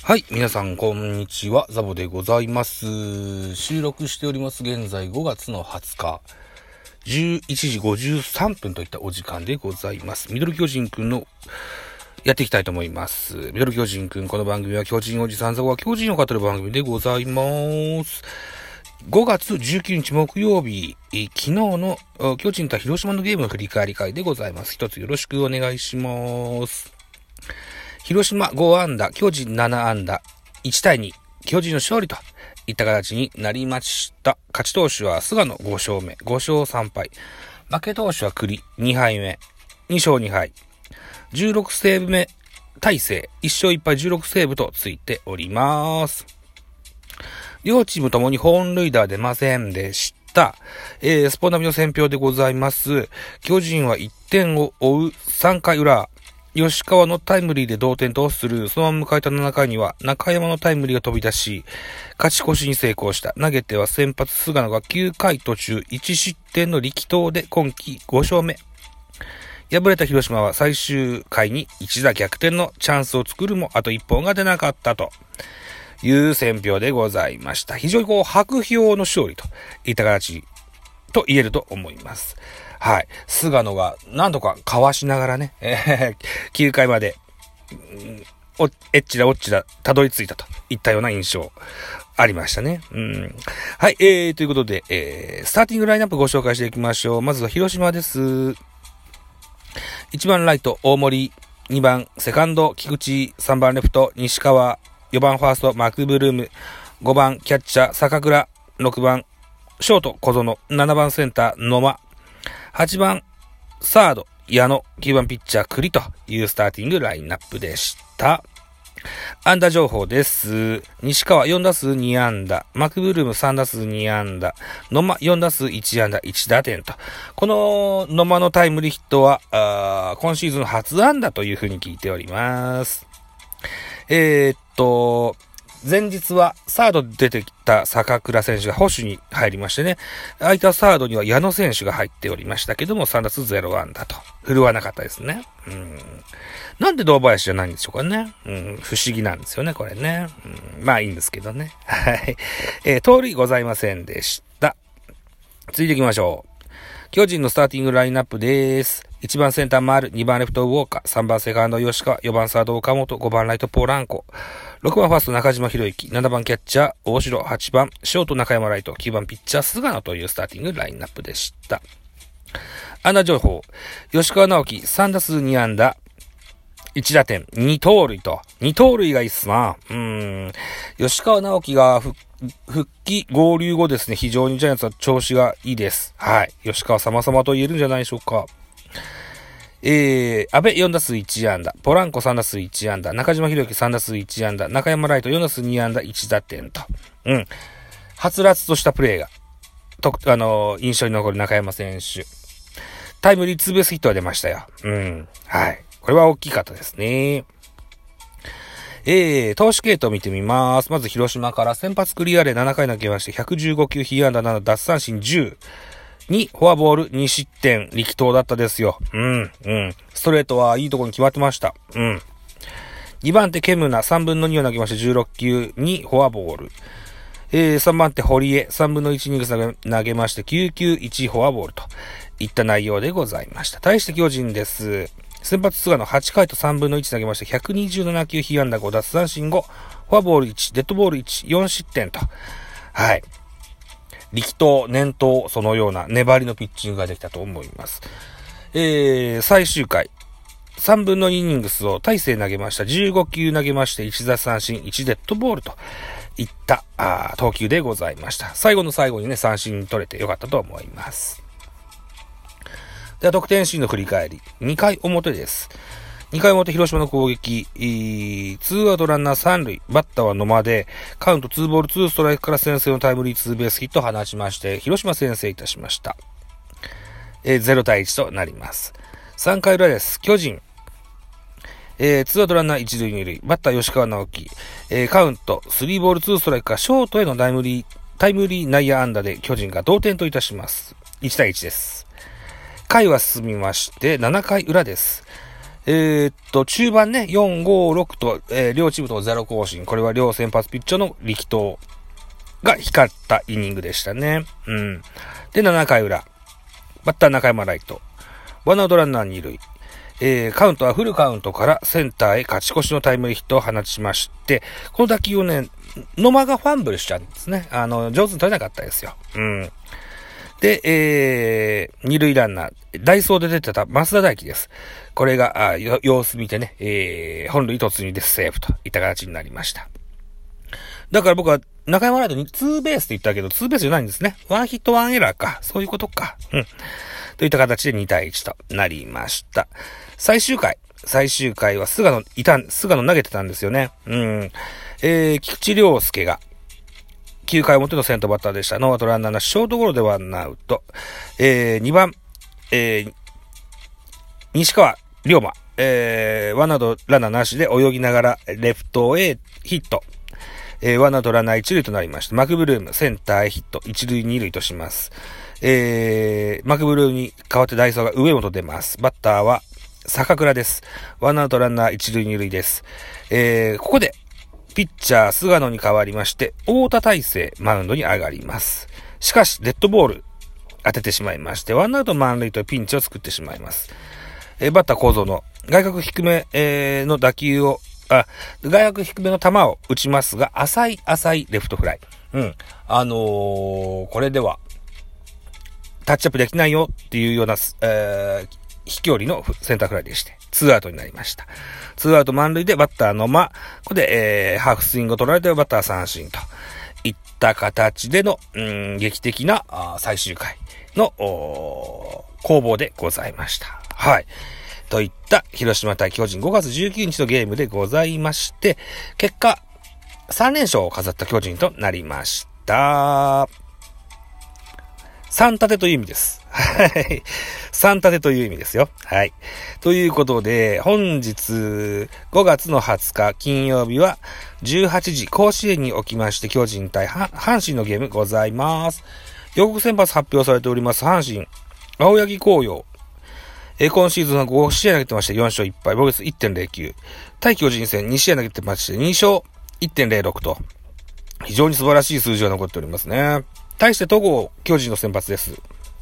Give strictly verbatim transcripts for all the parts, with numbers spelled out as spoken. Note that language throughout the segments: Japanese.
はい。皆さん、こんにちは。ザボでございます。収録しております。現在ごがつのはつか、じゅういちじごじゅうさんぷんといったお時間でございます。ミドル巨人くんのやっていきたいと思います。ミドル巨人くん、この番組は巨人おじさんザボが巨人を語る番組でございます。ごがつじゅうくにち木曜日、昨日の巨人と広島のゲームの振り返り会でございます。一つよろしくお願いします。広島ごあんだ、巨人ななあんだ、いちたいに、巨人の勝利といった形になりました。勝ち投手は菅野ごしょうめ、ごしょうさんぱい。負け投手は栗にはいめ、にしょうにはい。じゅうろくセーブ目、大勢いっしょういっぱいじゅうろくセーブとついております。両チームともに本塁打は出ませんでした。えー、スポナビの選評でございます。巨人はいってんを追うさんかい裏。吉川のタイムリーで同点とする、そのまま迎えたななかいには中山のタイムリーが飛び出し、勝ち越しに成功した。投げては先発菅野がきゅうかい途中いちしってんの力投で今季ごしょうめ。敗れた広島は最終回に一打逆転のチャンスを作るもあといっぽんが出なかったという選評でございました。非常にこう薄氷の勝利といった形と言えると思います。はい。菅野が何とかかわしながらね、えー、きゅうかいまで、お、エッチだおっちだ、たどり着いたといったような印象ありましたね。うん。はい。えー、ということで、えー、スターティングラインナップご紹介していきましょう。まずは広島です。いちばんライト、大森。にばんセカンド、菊池。さんばんレフト、西川。よばんファースト、マクブルーム。ごばんキャッチャー、坂倉。ろくばんショート、小園。ななばんセンター、野間。はちばんサード、矢野。きゅうばんピッチャー、栗というスターティングラインナップでした。安打情報です。西川よんだすうにあんだ、マクブルームさんだすうにあんだ、野間よんだすういちあんだいちだてんと。この野間のタイムリーヒットは、あ今シーズン初安打というふうに聞いております。えー、っと、前日はサードで出てきた坂倉選手が捕手に入りましてね、空いたサードには矢野選手が入っておりましたけども、さんだすうぜろあんだと。振るわなかったですね。うん。なんで堂林じゃないんでしょうかね。うん。不思議なんですよね、これね。うん、まあいいんですけどね。はい。えー、盗塁ございませんでした。続いていきましょう。巨人のスターティングラインナップです。いちばんセンター丸、にばんレフトウォーカー、さんばんセカンド吉川、よばんサード岡本、ごばんライトポーランコ、ろくばんファースト中島博之、ななばんキャッチャー大城、はちばんショート中山ライト、きゅうばんピッチャー菅野というスターティングラインナップでした。安打情報、吉川直樹さんだすうにあんだ、いちだてん、にとうるいと、にとうるいがいいっすな。うーん。吉川直樹が復帰合流後ですね、非常にジャイアンツは調子がいいです。はい。吉川様々と言えるんじゃないでしょうか。えー、安倍よんだすういちあんだ、ポランコさんだすういちあんだ、中島博之さんだすういちあんだ、中山ライトよんだすうにあんだいちだてんと。うん。はつらつとしたプレーが、と、あのー、印象に残る中山選手。タイムリーツーベースヒットが出ましたよ。うん。はい。これは大きかったですね。えー、投手系統見てみます。まず広島から先発クリアでななかい投げまして、ひゃくじゅうごきゅう、被安打なな、奪三振じゅう。に、フォアボール、にしってん、力投だったですよ。うん、うん。ストレートはいいところに決まってました。うん。にばん手、ケムナ、さんぶんのにを投げまして、じゅうろっきゅう、に、フォアボール。えー、さんばん手、堀江、さんぶんのいちイニングス投げまして、きゅうきゅう、いち、フォアボールといった内容でございました。対して巨人です。先発菅野はちかいとさんぶんのいち投げまして、ひゃくにじゅうななきゅう、被安打ご、奪三振ご、フォアボールいち、デッドボールいち、よんしってんと。はい。力投、粘投、そのような粘りのピッチングができたと思います。えー、最終回、さんぶんのにイニングスを大勢投げました。じゅうごきゅう投げまして、いち奪三振、いちデッドボールといったあ投球でございました。最後の最後にね、三振取れてよかったと思います。では、得点シーンの振り返り。にかい表です。にかい表広島の攻撃、ツーアウトランナーさんるい、バッターは野間で、カウントツーボールツーストライクから先制のタイムリーツーベースヒットを放ちまして、広島先制いたしました。えー、ゼロたいいちとなります。さんかい裏です。巨人、えー、ツーアウトランナーいちるいにるい、バッター吉川直樹、えー、カウントスリーボールツーストライクからショートへのタイムリー、タイムリー内野安打で巨人が同点といたします。いちたいいちです。回は進みまして、ななかい裏です。 えー、っと、中盤ね、よん、ご、ろくと、えー、両チームとゼロ更新。これは両先発ピッチャーの力投が光ったイニングでしたね。うん。で、ななかい裏。バッター中山ライト。ワンアウトランナー二塁。えー、カウントはフルカウントからセンターへ勝ち越しのタイムリーヒットを放ちまして、この打球をね、野間がファンブルしちゃうんですね。あの、上手に取れなかったですよ。うん。で、えー、二塁ランナー、ダイソーで出てた増田大輝です。これが、あ様子見てね、えー、本塁突入でセーフといった形になりました。だから僕は中山ライトにツーベースって言ったけど、ツーベースじゃないんですね。ワンヒットワンエラーか。そういうことか。うん。といった形でにたいいちとなりました。最終回。最終回は菅野、いたん、菅野投げてたんですよね。うん。えー、菊池涼介が、きゅうかい表の先頭バッターでした。ノーアウトランナーなし、ショートゴロでワンアウト。えー、にばん、えー、西川龍馬、えー、ワンアウトランナーなしで泳ぎながらレフトへヒット。えー、ワンアウトランナー一塁となりました。マクブルーム、センターへヒット、一塁二塁とします。えー、マクブルームに代わってダイソーが上本出ます。バッターは坂倉です。ワンアウトランナー一塁二塁です。えー、ここで、ピッチャー菅野に代わりまして、太田大成マウンドに上がります。しかし、デッドボール当ててしまいまして、ワンアウト満塁というピンチを作ってしまいます。えー、バッター構造の外角低め、えー、の打球を、あ、外角低めの球を打ちますが、浅い浅いレフトフライ。うん。あのー、これでは、タッチアップできないよっていうような、えー、飛距離のセンターフライでして、ツーアウトになりました。ツーアウト満塁でバッターの間、ここで、えー、ハーフスイングを取られてバッター三振といった形での、うーん、劇的な最終回の攻防でございました。はい。といった広島対巨人ごがつじゅうくにちのゲームでございまして、結果さんれんしょうを飾った巨人となりました。三立てという意味です。はい。三立てという意味ですよ。はい。ということで、本日ごがつのはつか金曜日はじゅうはちじ甲子園におきまして巨人対阪神のゲームございます。予告先発発表されております阪神、青柳紅葉。え今シーズンはごしあい投げてましてよんしょういっぱい、防御率 いってんぜろきゅう。対巨人戦にしあい投げてましてにしょう いってんぜろろく と、非常に素晴らしい数字が残っておりますね。対して戸郷、巨人の先発です。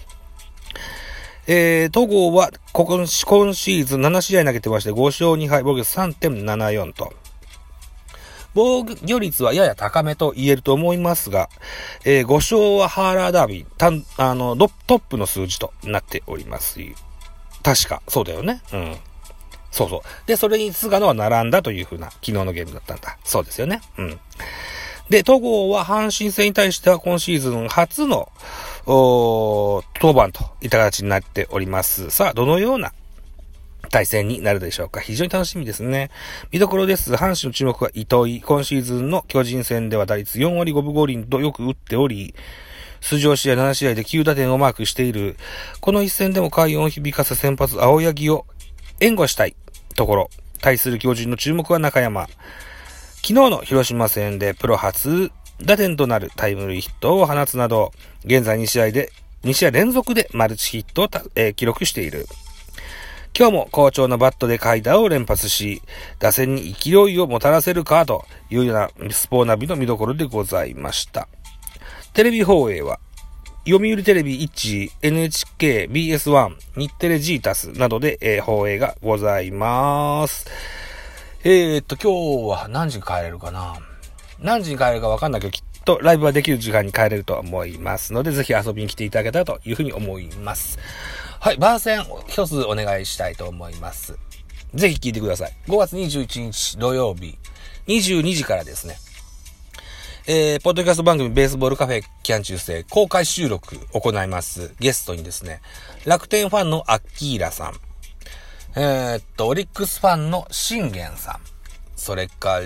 えー、戸郷は今、今シーズンななしあい投げてましてごしょうにはい、防御率 さんてんななよん と。防御率はやや高めと言えると思いますが、えー、ごしょうはハーラーダービー、たんあのトップの数字となっております。確か、そうだよね。うん。そうそう。で、それに菅野は並んだという風な昨日のゲームだったんだ。そうですよね。うん。で、戸郷は阪神戦に対しては今シーズン初の登板といった形になっております。さあ、どのような対戦になるでしょうか。非常に楽しみですね。見どころです。阪神の注目は糸井。今シーズンの巨人戦では打率よんわりごぶごりんとよく打っており、出場試合ななしあいできゅうだてんをマークしている。この一戦でも快音を響かせ先発青柳を援護したいところ。対する巨人の注目は中山。昨日の広島戦でプロ初打点となるタイムリーヒットを放つなど、現在にしあいで、にしあい連続でマルチヒットを、えー、記録している。今日も好調なバットで快打を連発し、打線に勢いをもたらせるかというようなスポーナビの見どころでございました。テレビ放映は、読売テレビいち、エヌエイチケー、ビーエスワン、日テレジータスなどで、えー、放映がございます。えーっと、今日は何時に帰れるかな？何時に帰れるか分かんないけど、きっとライブはできる時間に帰れると思いますので、ぜひ遊びに来ていただけたらというふうに思います。はい、番宣一つお願いしたいと思います。ぜひ聞いてください。ごがつにじゅういちにち土曜日、にじゅうにじからですね、えー、ポッドキャスト番組ベースボールカフェキャン中世公開収録行います。ゲストにですね、楽天ファンのアッキーラさん、えー、っと、オリックスファンの信玄さん、それから、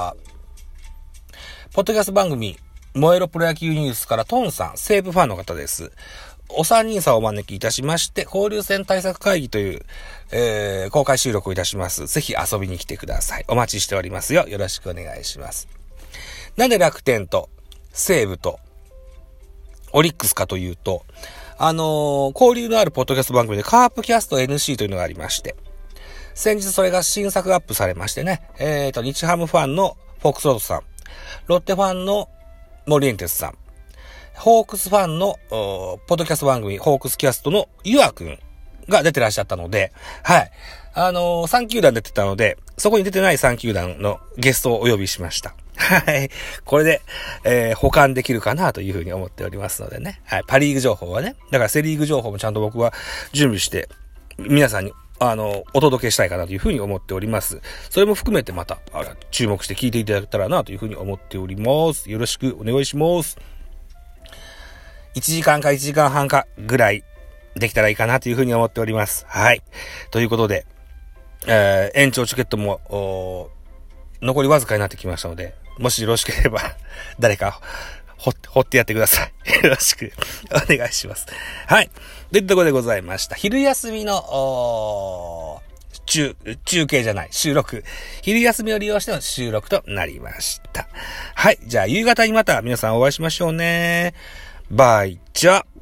ポッドキャスト番組、燃えろプロ野球ニュースからトンさん、西武ファンの方です。お三人さんをお招きいたしまして、交流戦対策会議という、えー、公開収録をいたします。ぜひ遊びに来てください。お待ちしておりますよ。よろしくお願いします。なんで楽天と西武とオリックスかというと、あのー、交流のあるポッドキャスト番組でカープキャスト エヌシー というのがありまして、 先日それが新作アップされましてね、えっと、日ハムファンのフォックスロードさん、ロッテファンのモリエンテスさん、ホークスファンの、ポッドキャスト番組、ホークスキャストのユアくんが出てらっしゃったので、はい。あのー、さん球団出てたので、そこに出てないさん球団のゲストをお呼びしました。はい。これで、えー、保管できるかなというふうに思っておりますのでね。はい。パリーグ情報はね。だからセリーグ情報もちゃんと僕は準備して、皆さんに、あの、お届けしたいかなというふうに思っております。それも含めてまた、注目して聞いていただけたらなというふうに思っております。よろしくお願いします。いちじかんかいちじかんはんかぐらいできたらいいかなというふうに思っております。はい。ということで、えー、延長チケットも、残りわずかになってきましたので、もしよろしければ、誰か、ほ、掘ってやってください。よろしく、お願いします。はい。というところでございました。昼休みの、中、中継じゃない、収録。昼休みを利用しての収録となりました。はい。じゃあ、夕方にまた皆さんお会いしましょうね。バイチャ。